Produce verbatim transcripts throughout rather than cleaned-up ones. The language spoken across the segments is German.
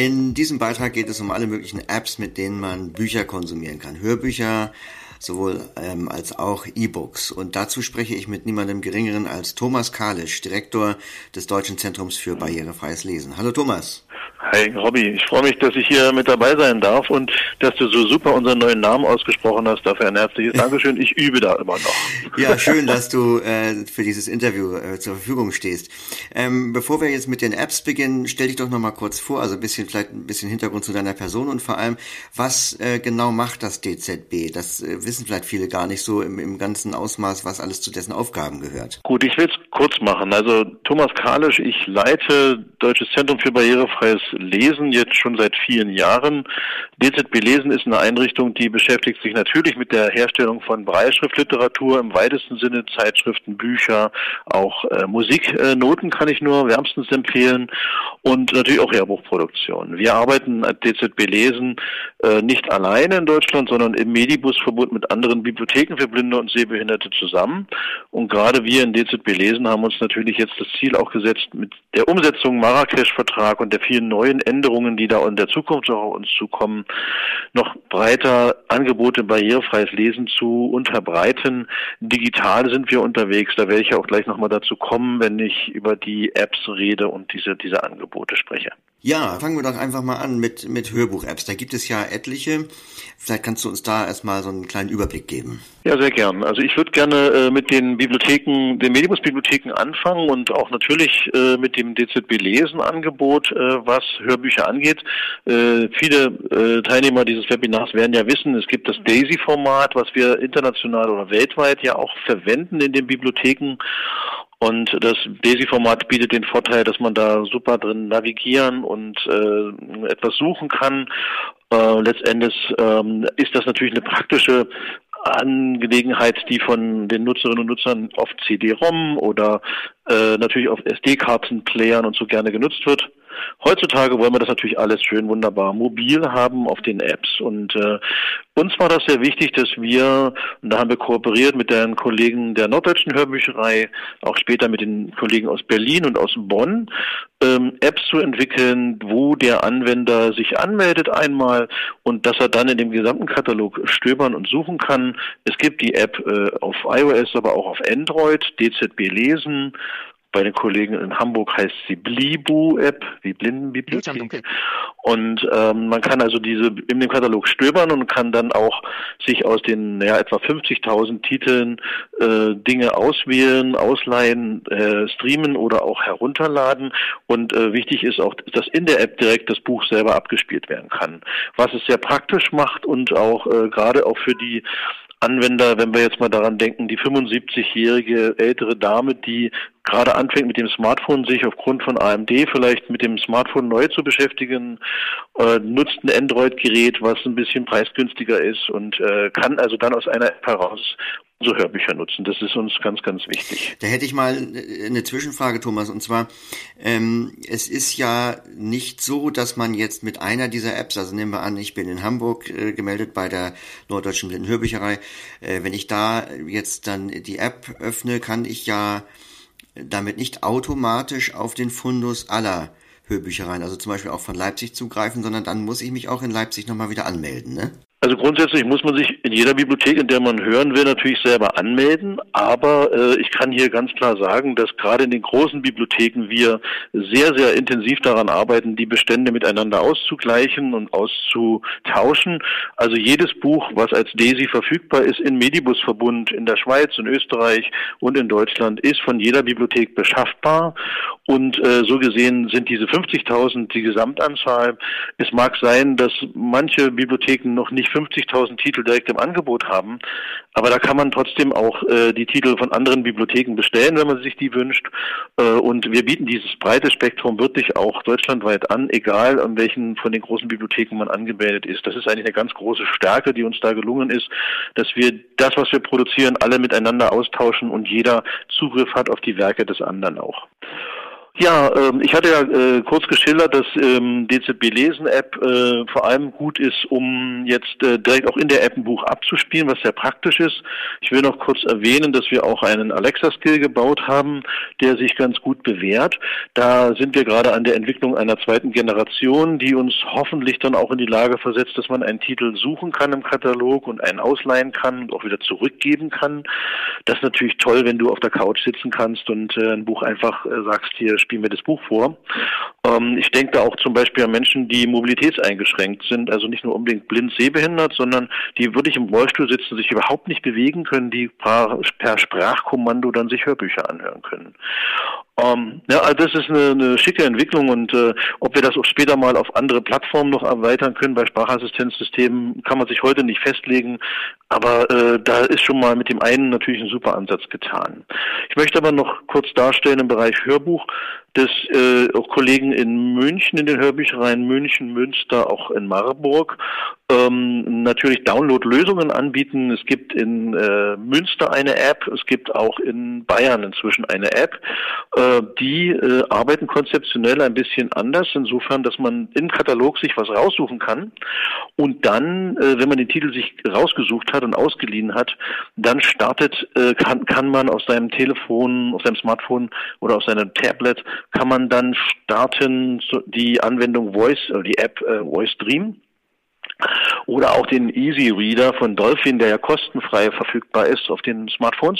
In diesem Beitrag geht es um alle möglichen Apps, mit denen man Bücher konsumieren kann. Hörbücher, sowohl ähm, als auch E-Books. Und dazu spreche ich mit niemandem Geringeren als Thomas Kalisch, Direktor des Deutschen Zentrums für barrierefreies Lesen. Hallo Thomas. Hi Robby, ich freue mich, dass ich hier mit dabei sein darf und dass du so super unseren neuen Namen ausgesprochen hast. Dafür ein herzliches Dankeschön. Ich übe da immer noch. Ja, schön, dass du äh, für dieses Interview äh, zur Verfügung stehst. Ähm, bevor wir jetzt mit den Apps beginnen, stell dich doch noch mal kurz vor, also ein bisschen vielleicht ein bisschen Hintergrund zu deiner Person und vor allem, was äh, genau macht das D Z B? Das äh, wissen vielleicht viele gar nicht so im, im ganzen Ausmaß, was alles zu dessen Aufgaben gehört. Gut, ich will es kurz machen. Also Thomas Kalisch, ich leite Deutsches Zentrum für barrierefreies Lesen jetzt schon seit vielen Jahren. D Z B Lesen ist eine Einrichtung, die beschäftigt sich natürlich mit der Herstellung von Brailleschriftliteratur im weitesten Sinne, Zeitschriften, Bücher, auch äh, Musiknoten kann ich nur wärmstens empfehlen und natürlich auch Lehrbuchproduktion. Wir arbeiten als D Z B Lesen äh, nicht alleine in Deutschland, sondern im Medibus-Verbund mit anderen Bibliotheken für Blinde und Sehbehinderte zusammen. Und gerade wir in D Z B Lesen haben uns natürlich jetzt das Ziel auch gesetzt, mit der Umsetzung Marrakesch-Vertrag und der vielen neuen Änderungen, die da in der Zukunft auch auf uns zukommen, noch breiter Angebote barrierefreies Lesen zu unterbreiten. Digital sind wir unterwegs, da werde ich auch gleich nochmal dazu kommen, wenn ich über die Apps rede und diese, diese Angebote spreche. Ja, fangen wir doch einfach mal an mit, mit Hörbuch-Apps. Da gibt es ja etliche. Vielleicht kannst du uns da erstmal so einen kleinen Überblick geben. Ja, sehr gern. Also ich würde gerne äh, mit den Bibliotheken, den Medibus-Bibliotheken anfangen und auch natürlich äh, mit dem D Z B Lesen-Angebot, äh, was Hörbücher angeht. Äh, viele äh, Teilnehmer dieses Webinars werden ja wissen, es gibt das DAISY-Format, was wir international oder weltweit ja auch verwenden in den Bibliotheken. Und das DAISY-Format bietet den Vorteil, dass man da super drin navigieren und äh, etwas suchen kann. Äh, letztendlich ähm, ist das natürlich eine praktische Angelegenheit, die von den Nutzerinnen und Nutzern auf C D-ROM oder äh, natürlich auf S D-Kartenplayern und so gerne genutzt wird. Heutzutage wollen wir das natürlich alles schön wunderbar mobil haben auf den Apps und äh, uns war das sehr wichtig, dass wir, und da haben wir kooperiert mit den Kollegen der Norddeutschen Hörbücherei, auch später mit den Kollegen aus Berlin und aus Bonn, ähm, Apps zu entwickeln, wo der Anwender sich anmeldet einmal und dass er dann in dem gesamten Katalog stöbern und suchen kann. Es gibt die App äh, auf iOS, aber auch auf Android, D Z B Lesen. Bei den Kollegen in Hamburg heißt sie Blibu-App, wie Blindenbibliothek. Und ähm, man kann also diese in dem Katalog stöbern und kann dann auch sich aus den ja, etwa fünfzigtausend Titeln äh, Dinge auswählen, ausleihen, äh, streamen oder auch herunterladen. Und äh, wichtig ist auch, dass in der App direkt das Buch selber abgespielt werden kann. Was es sehr praktisch macht und auch äh, gerade auch für die Anwender, wenn wir jetzt mal daran denken, die fünfundsiebzigjährige ältere Dame, die gerade anfängt mit dem Smartphone, sich aufgrund von A M D vielleicht mit dem Smartphone neu zu beschäftigen, äh, nutzt ein Android-Gerät, was ein bisschen preisgünstiger ist und äh, kann also dann aus einer App heraus so Hörbücher nutzen. Das ist uns ganz, ganz wichtig. Da hätte ich mal eine Zwischenfrage, Thomas, und zwar, ähm, es ist ja nicht so, dass man jetzt mit einer dieser Apps, also nehmen wir an, ich bin in Hamburg äh, gemeldet bei der Norddeutschen Blindenhörbücherei, äh, wenn ich da jetzt dann die App öffne, kann ich ja damit nicht automatisch auf den Fundus aller Hörbüchereien, also zum Beispiel auch von Leipzig zugreifen, sondern dann muss ich mich auch in Leipzig nochmal wieder anmelden, ne? Also grundsätzlich muss man sich in jeder Bibliothek, in der man hören will, natürlich selber anmelden. Aber äh, ich kann hier ganz klar sagen, dass gerade in den großen Bibliotheken wir sehr, sehr intensiv daran arbeiten, die Bestände miteinander auszugleichen und auszutauschen. Also jedes Buch, was als DAISY verfügbar ist, im Medibus-Verbund in der Schweiz, in Österreich und in Deutschland, ist von jeder Bibliothek beschaffbar. Und äh, so gesehen sind diese fünfzigtausend die Gesamtanzahl. Es mag sein, dass manche Bibliotheken noch nicht fünfzigtausend Titel direkt im Angebot haben, aber da kann man trotzdem auch äh, die Titel von anderen Bibliotheken bestellen, wenn man sich die wünscht. Äh, und wir bieten dieses breite Spektrum wirklich auch deutschlandweit an, egal an welchen von den großen Bibliotheken man angemeldet ist. Das ist eigentlich eine ganz große Stärke, die uns da gelungen ist, dass wir das, was wir produzieren, alle miteinander austauschen und jeder Zugriff hat auf die Werke des anderen auch. Ja, ähm, ich hatte ja äh, kurz geschildert, dass ähm, D Z B Lesen App äh, vor allem gut ist, um jetzt äh, direkt auch in der App ein Buch abzuspielen, was sehr praktisch ist. Ich will noch kurz erwähnen, dass wir auch einen Alexa-Skill gebaut haben, der sich ganz gut bewährt. Da sind wir gerade an der Entwicklung einer zweiten Generation, die uns hoffentlich dann auch in die Lage versetzt, dass man einen Titel suchen kann im Katalog und einen ausleihen kann und auch wieder zurückgeben kann. Das ist natürlich toll, wenn du auf der Couch sitzen kannst und äh, ein Buch einfach äh, sagst, hier spielen wir das Buch vor. Ähm, ich denke da auch zum Beispiel an Menschen, die mobilitätseingeschränkt sind, also nicht nur unbedingt blind sehbehindert, sondern die wirklich im Rollstuhl sitzen, sich überhaupt nicht bewegen können, die per, per Sprachkommando dann sich Hörbücher anhören können. Ähm, ja, also das ist eine, eine schicke Entwicklung und äh, ob wir das auch später mal auf andere Plattformen noch erweitern können, bei Sprachassistenzsystemen kann man sich heute nicht festlegen, aber äh, da ist schon mal mit dem einen natürlich ein super Ansatz getan. Ich möchte aber noch kurz darstellen im Bereich Hörbuch, dass äh, auch Kollegen in München, in den Hörbüchereien München, Münster, auch in Marburg, ähm, natürlich Download-Lösungen anbieten. Es gibt in äh, Münster eine App, es gibt auch in Bayern inzwischen eine App. Äh, die äh, arbeiten konzeptionell ein bisschen anders, insofern, dass man im Katalog sich was raussuchen kann und dann, äh, wenn man den Titel sich rausgesucht hat und ausgeliehen hat, dann startet, äh, kann, kann man auf seinem Telefon, auf seinem Smartphone oder auf seinem Tablet kann man dann starten die Anwendung Voice, oder die App äh, Voice Stream oder auch den Easy Reader von Dolphin, der ja kostenfrei verfügbar ist auf den Smartphones.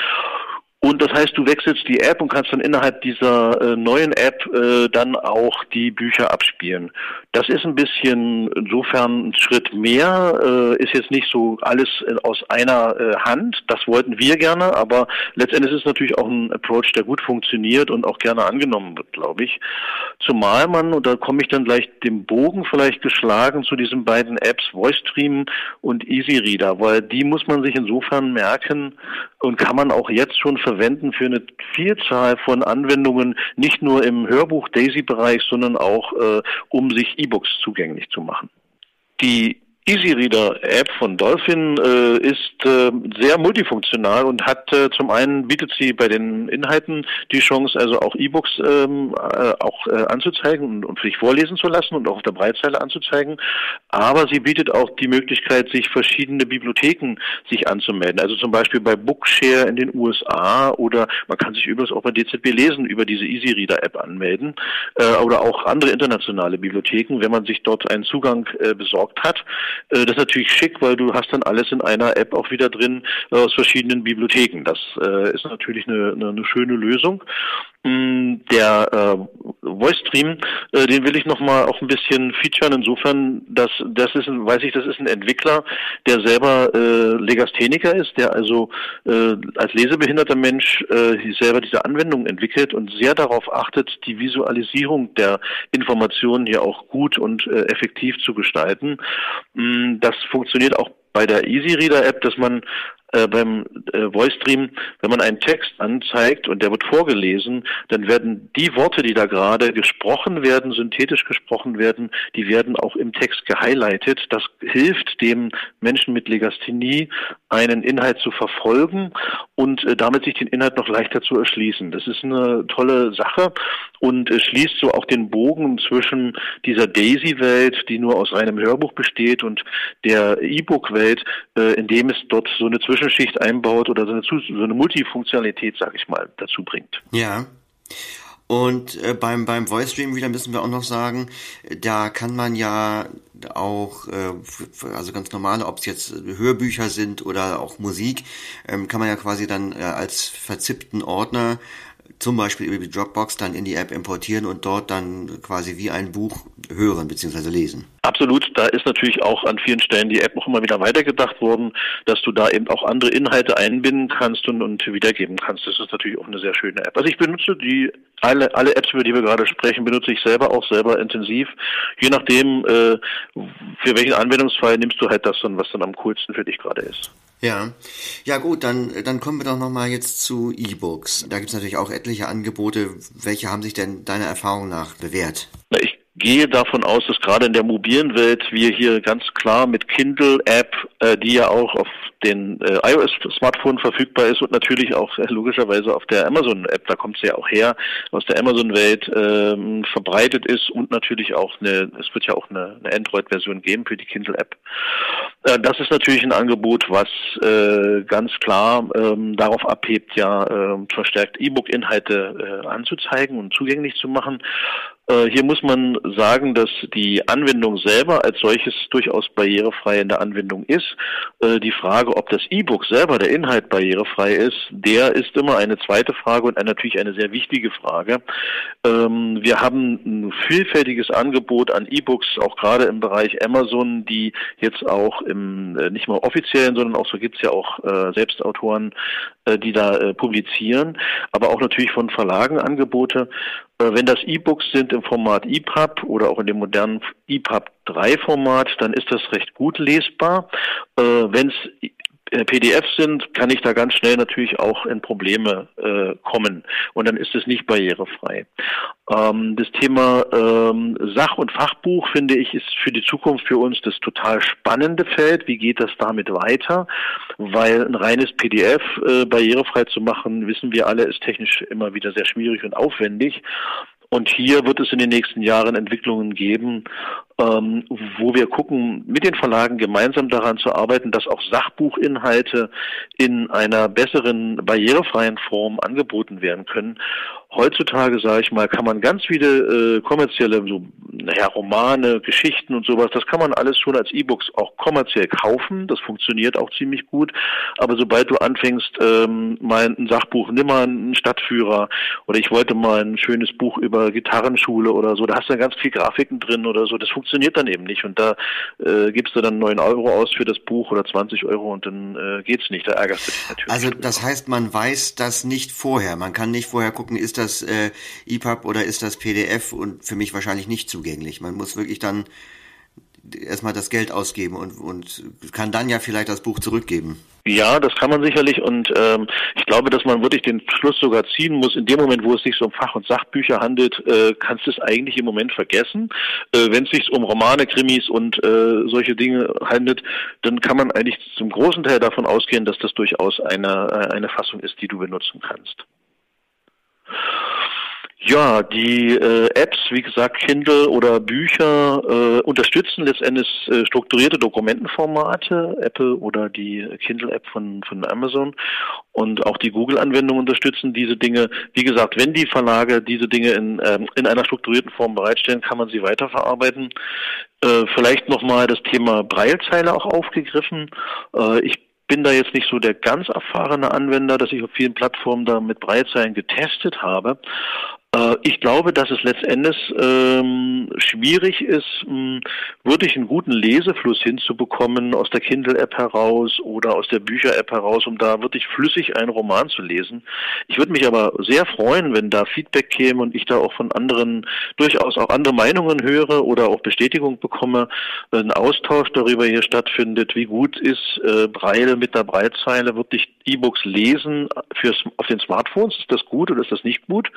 Und das heißt, du wechselst die App und kannst dann innerhalb dieser äh, neuen App äh, dann auch die Bücher abspielen. Das ist ein bisschen insofern ein Schritt mehr, äh, ist jetzt nicht so alles äh, aus einer äh, Hand. Das wollten wir gerne, aber letztendlich ist es natürlich auch ein Approach, der gut funktioniert und auch gerne angenommen wird, glaube ich. Zumal man, und da komme ich dann gleich dem Bogen vielleicht geschlagen zu diesen beiden Apps, VoiceStream und Easy Reader, weil die muss man sich insofern merken und kann man auch jetzt schon verwenden für eine Vielzahl von Anwendungen, nicht nur im Hörbuch-Daisy-Bereich, sondern auch, äh, um sich E-Books zugänglich zu machen. Die Easy Reader App von Dolphin äh, ist äh, sehr multifunktional und hat äh, zum einen bietet sie bei den Inhalten die Chance, also auch E-Books ähm, äh, auch äh, anzuzeigen und, und sich vorlesen zu lassen und auch auf der Breitzeile anzuzeigen. Aber sie bietet auch die Möglichkeit, sich verschiedene Bibliotheken sich anzumelden. Also zum Beispiel bei Bookshare in den U S A oder man kann sich übrigens auch bei D Z B Lesen über diese Easy Reader App anmelden äh, oder auch andere internationale Bibliotheken, wenn man sich dort einen Zugang äh, besorgt hat. Das ist natürlich schick, weil du hast dann alles in einer App auch wieder drin äh, aus verschiedenen Bibliotheken. Das äh, ist natürlich eine, eine, eine schöne Lösung. Der äh, VoiceStream, äh, den will ich nochmal auch ein bisschen featuren, insofern, dass das ist, ein, weiß ich, das ist ein Entwickler, der selber äh, Legastheniker ist, der also äh, als lesebehinderter Mensch äh, selber diese Anwendung entwickelt und sehr darauf achtet, die Visualisierung der Informationen hier auch gut und äh, effektiv zu gestalten. Das funktioniert auch bei der Easy Reader App, dass man äh, beim äh, VoiceStream, wenn man einen Text anzeigt und der wird vorgelesen, dann werden die Worte, die da gerade gesprochen werden, synthetisch gesprochen werden, die werden auch im Text gehighlightet. Das hilft dem Menschen mit Legasthenie, einen Inhalt zu verfolgen und äh, damit sich den Inhalt noch leichter zu erschließen. Das ist eine tolle Sache und äh, schließt so auch den Bogen zwischen dieser Daisy-Welt, die nur aus reinem Hörbuch besteht, und der E-Book-Welt, äh, in dem es dort so eine Zwischenschicht einbaut oder so eine, so eine Multifunktionalität, sag ich mal, dazu bringt. Ja. Und äh, beim beim VoiceStream wieder müssen wir auch noch sagen, da kann man ja auch, äh, also ganz normale, ob es jetzt Hörbücher sind oder auch Musik, ähm, kann man ja quasi dann äh, als verzippten Ordner zum Beispiel über die Dropbox dann in die App importieren und dort dann quasi wie ein Buch hören bzw. lesen. Absolut, da ist natürlich auch an vielen Stellen die App noch immer wieder weitergedacht worden, dass du da eben auch andere Inhalte einbinden kannst und, und wiedergeben kannst. Das ist natürlich auch eine sehr schöne App. Also ich benutze die, alle, alle Apps, über die wir gerade sprechen, benutze ich selber auch selber intensiv. Je nachdem, äh, für welchen Anwendungsfall nimmst du halt das dann, was dann am coolsten für dich gerade ist. Ja, ja gut, dann dann kommen wir doch nochmal jetzt zu E-Books. Da gibt es natürlich auch etliche Angebote. Welche haben sich denn deiner Erfahrung nach bewährt? Na, ich gehe davon aus, dass gerade in der mobilen Welt wir hier ganz klar mit Kindle-App, äh, die ja auch auf den äh, iOS-Smartphone verfügbar ist und natürlich auch äh, logischerweise auf der Amazon-App, da kommt es ja auch her, aus der Amazon-Welt ähm, verbreitet ist und natürlich auch eine, es wird ja auch eine, eine Android-Version geben für die Kindle-App. Äh, das ist natürlich ein Angebot, was äh, ganz klar ähm, darauf abhebt, ja äh, verstärkt E-Book-Inhalte äh, anzuzeigen und zugänglich zu machen. Hier muss man sagen, dass die Anwendung selber als solches durchaus barrierefrei in der Anwendung ist. Die Frage, ob das E-Book selber, der Inhalt barrierefrei ist, der ist immer eine zweite Frage und natürlich eine sehr wichtige Frage. Wir haben ein vielfältiges Angebot an E-Books, auch gerade im Bereich Amazon, die jetzt auch im nicht nur offiziellen, sondern auch so gibt es ja auch Selbstautoren, die da publizieren, aber auch natürlich von Verlagen Angebote. Wenn das E-Books sind im Format E P U B oder auch in dem modernen E P U B drei Format, dann ist das recht gut lesbar. Äh, Wenn es P D Fs sind, kann ich da ganz schnell natürlich auch in Probleme äh, kommen und dann ist es nicht barrierefrei. Ähm, das Thema ähm, Sach- und Fachbuch, finde ich, ist für die Zukunft für uns das total spannende Feld. Wie geht das damit weiter? Weil ein reines P D F äh, barrierefrei zu machen, wissen wir alle, ist technisch immer wieder sehr schwierig und aufwendig. Und hier wird es in den nächsten Jahren Entwicklungen geben, ähm, wo wir gucken, mit den Verlagen gemeinsam daran zu arbeiten, dass auch Sachbuchinhalte in einer besseren, barrierefreien Form angeboten werden können. Heutzutage, sage ich mal, kann man ganz viele äh, kommerzielle, so naja, Romane, Geschichten und sowas, das kann man alles schon als E-Books auch kommerziell kaufen. Das funktioniert auch ziemlich gut. Aber sobald du anfängst, ähm, mal ein Sachbuch, nimm mal einen Stadtführer oder ich wollte mal ein schönes Buch über Gitarrenschule oder so, da hast du ganz viel Grafiken drin oder so, das funktioniert dann eben nicht. Und da äh, gibst du dann neun Euro aus für das Buch oder zwanzig Euro und dann äh, geht's nicht. Da ärgerst du dich natürlich. Also das heißt, man weiß das nicht vorher. Man kann nicht vorher gucken, ist das das äh, E P U B oder ist das P D F und für mich wahrscheinlich nicht zugänglich. Man muss wirklich dann erstmal das Geld ausgeben und, und kann dann ja vielleicht das Buch zurückgeben. Ja, das kann man sicherlich und ähm, ich glaube, dass man wirklich den Schluss sogar ziehen muss, in dem Moment, wo es sich so um Fach- und Sachbücher handelt, äh, kannst du es eigentlich im Moment vergessen. Äh, wenn es sich um Romane, Krimis und äh, solche Dinge handelt, dann kann man eigentlich zum großen Teil davon ausgehen, dass das durchaus eine, eine Fassung ist, die du benutzen kannst. Ja, die äh, Apps, wie gesagt, Kindle oder Bücher äh, unterstützen letztendlich äh, strukturierte Dokumentenformate, Apple oder die Kindle-App von von Amazon und auch die Google-Anwendungen unterstützen diese Dinge. Wie gesagt, wenn die Verlage diese Dinge in ähm, in einer strukturierten Form bereitstellen, kann man sie weiterverarbeiten. Äh, vielleicht nochmal das Thema Braillezeile auch aufgegriffen. Äh, ich bin da jetzt nicht so der ganz erfahrene Anwender, dass ich auf vielen Plattformen da mit Braillezeilen getestet habe. Ich glaube, dass es letztendlich ähm, schwierig ist, mh, wirklich einen guten Lesefluss hinzubekommen aus der Kindle-App heraus oder aus der Bücher-App heraus, um da wirklich flüssig einen Roman zu lesen. Ich würde mich aber sehr freuen, wenn da Feedback käme und ich da auch von anderen durchaus auch andere Meinungen höre oder auch Bestätigung bekomme, ein Austausch darüber hier stattfindet, wie gut ist äh, Braille mit der Braillezeile wirklich E-Books lesen fürs, auf den Smartphones. Ist das gut oder ist das nicht gut?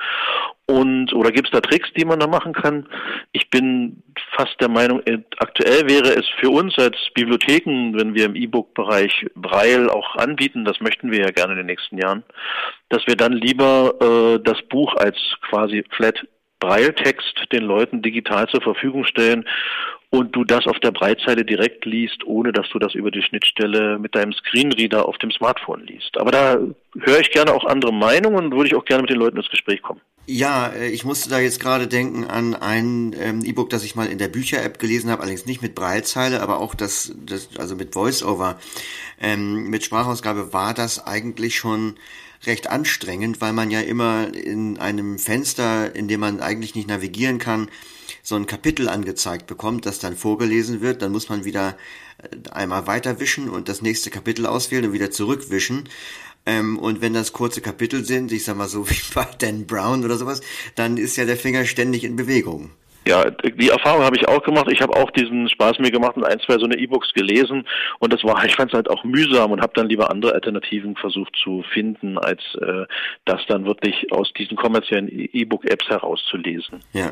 Und oder gibt es da Tricks, die man da machen kann? Ich bin fast der Meinung, aktuell wäre es für uns als Bibliotheken, wenn wir im E-Book-Bereich Braille auch anbieten, das möchten wir ja gerne in den nächsten Jahren, dass wir dann lieber äh, das Buch als quasi Flat Braille-Text den Leuten digital zur Verfügung stellen und du das auf der Braillezeile direkt liest, ohne dass du das über die Schnittstelle mit deinem Screenreader auf dem Smartphone liest. Aber da höre ich gerne auch andere Meinungen und würde ich auch gerne mit den Leuten ins Gespräch kommen. Ja, ich musste da jetzt gerade denken an ein ähm, E-Book, das ich mal in der Bücher-App gelesen habe, allerdings nicht mit Braillezeile, aber auch das, das also mit Voice-Over, ähm, mit Sprachausgabe war das eigentlich schon recht anstrengend, weil man ja immer in einem Fenster, in dem man eigentlich nicht navigieren kann, so ein Kapitel angezeigt bekommt, das dann vorgelesen wird. Dann muss man wieder einmal weiterwischen und das nächste Kapitel auswählen und wieder zurückwischen. Ähm, und wenn das kurze Kapitel sind, ich sag mal so wie bei Dan Brown oder sowas, dann ist ja der Finger ständig in Bewegung. Ja, die Erfahrung habe ich auch gemacht. Ich habe auch diesen Spaß mir gemacht und ein, zwei so eine E-Books gelesen und das war, ich fand es halt auch mühsam und habe dann lieber andere Alternativen versucht zu finden, als äh, das dann wirklich aus diesen kommerziellen E-Book-Apps herauszulesen. Ja.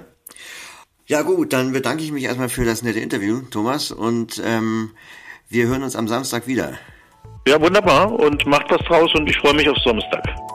Ja gut, dann bedanke ich mich erstmal für das nette Interview, Thomas, und ähm, wir hören uns am Samstag wieder. Ja, wunderbar und macht was draus und ich freue mich auf Samstag.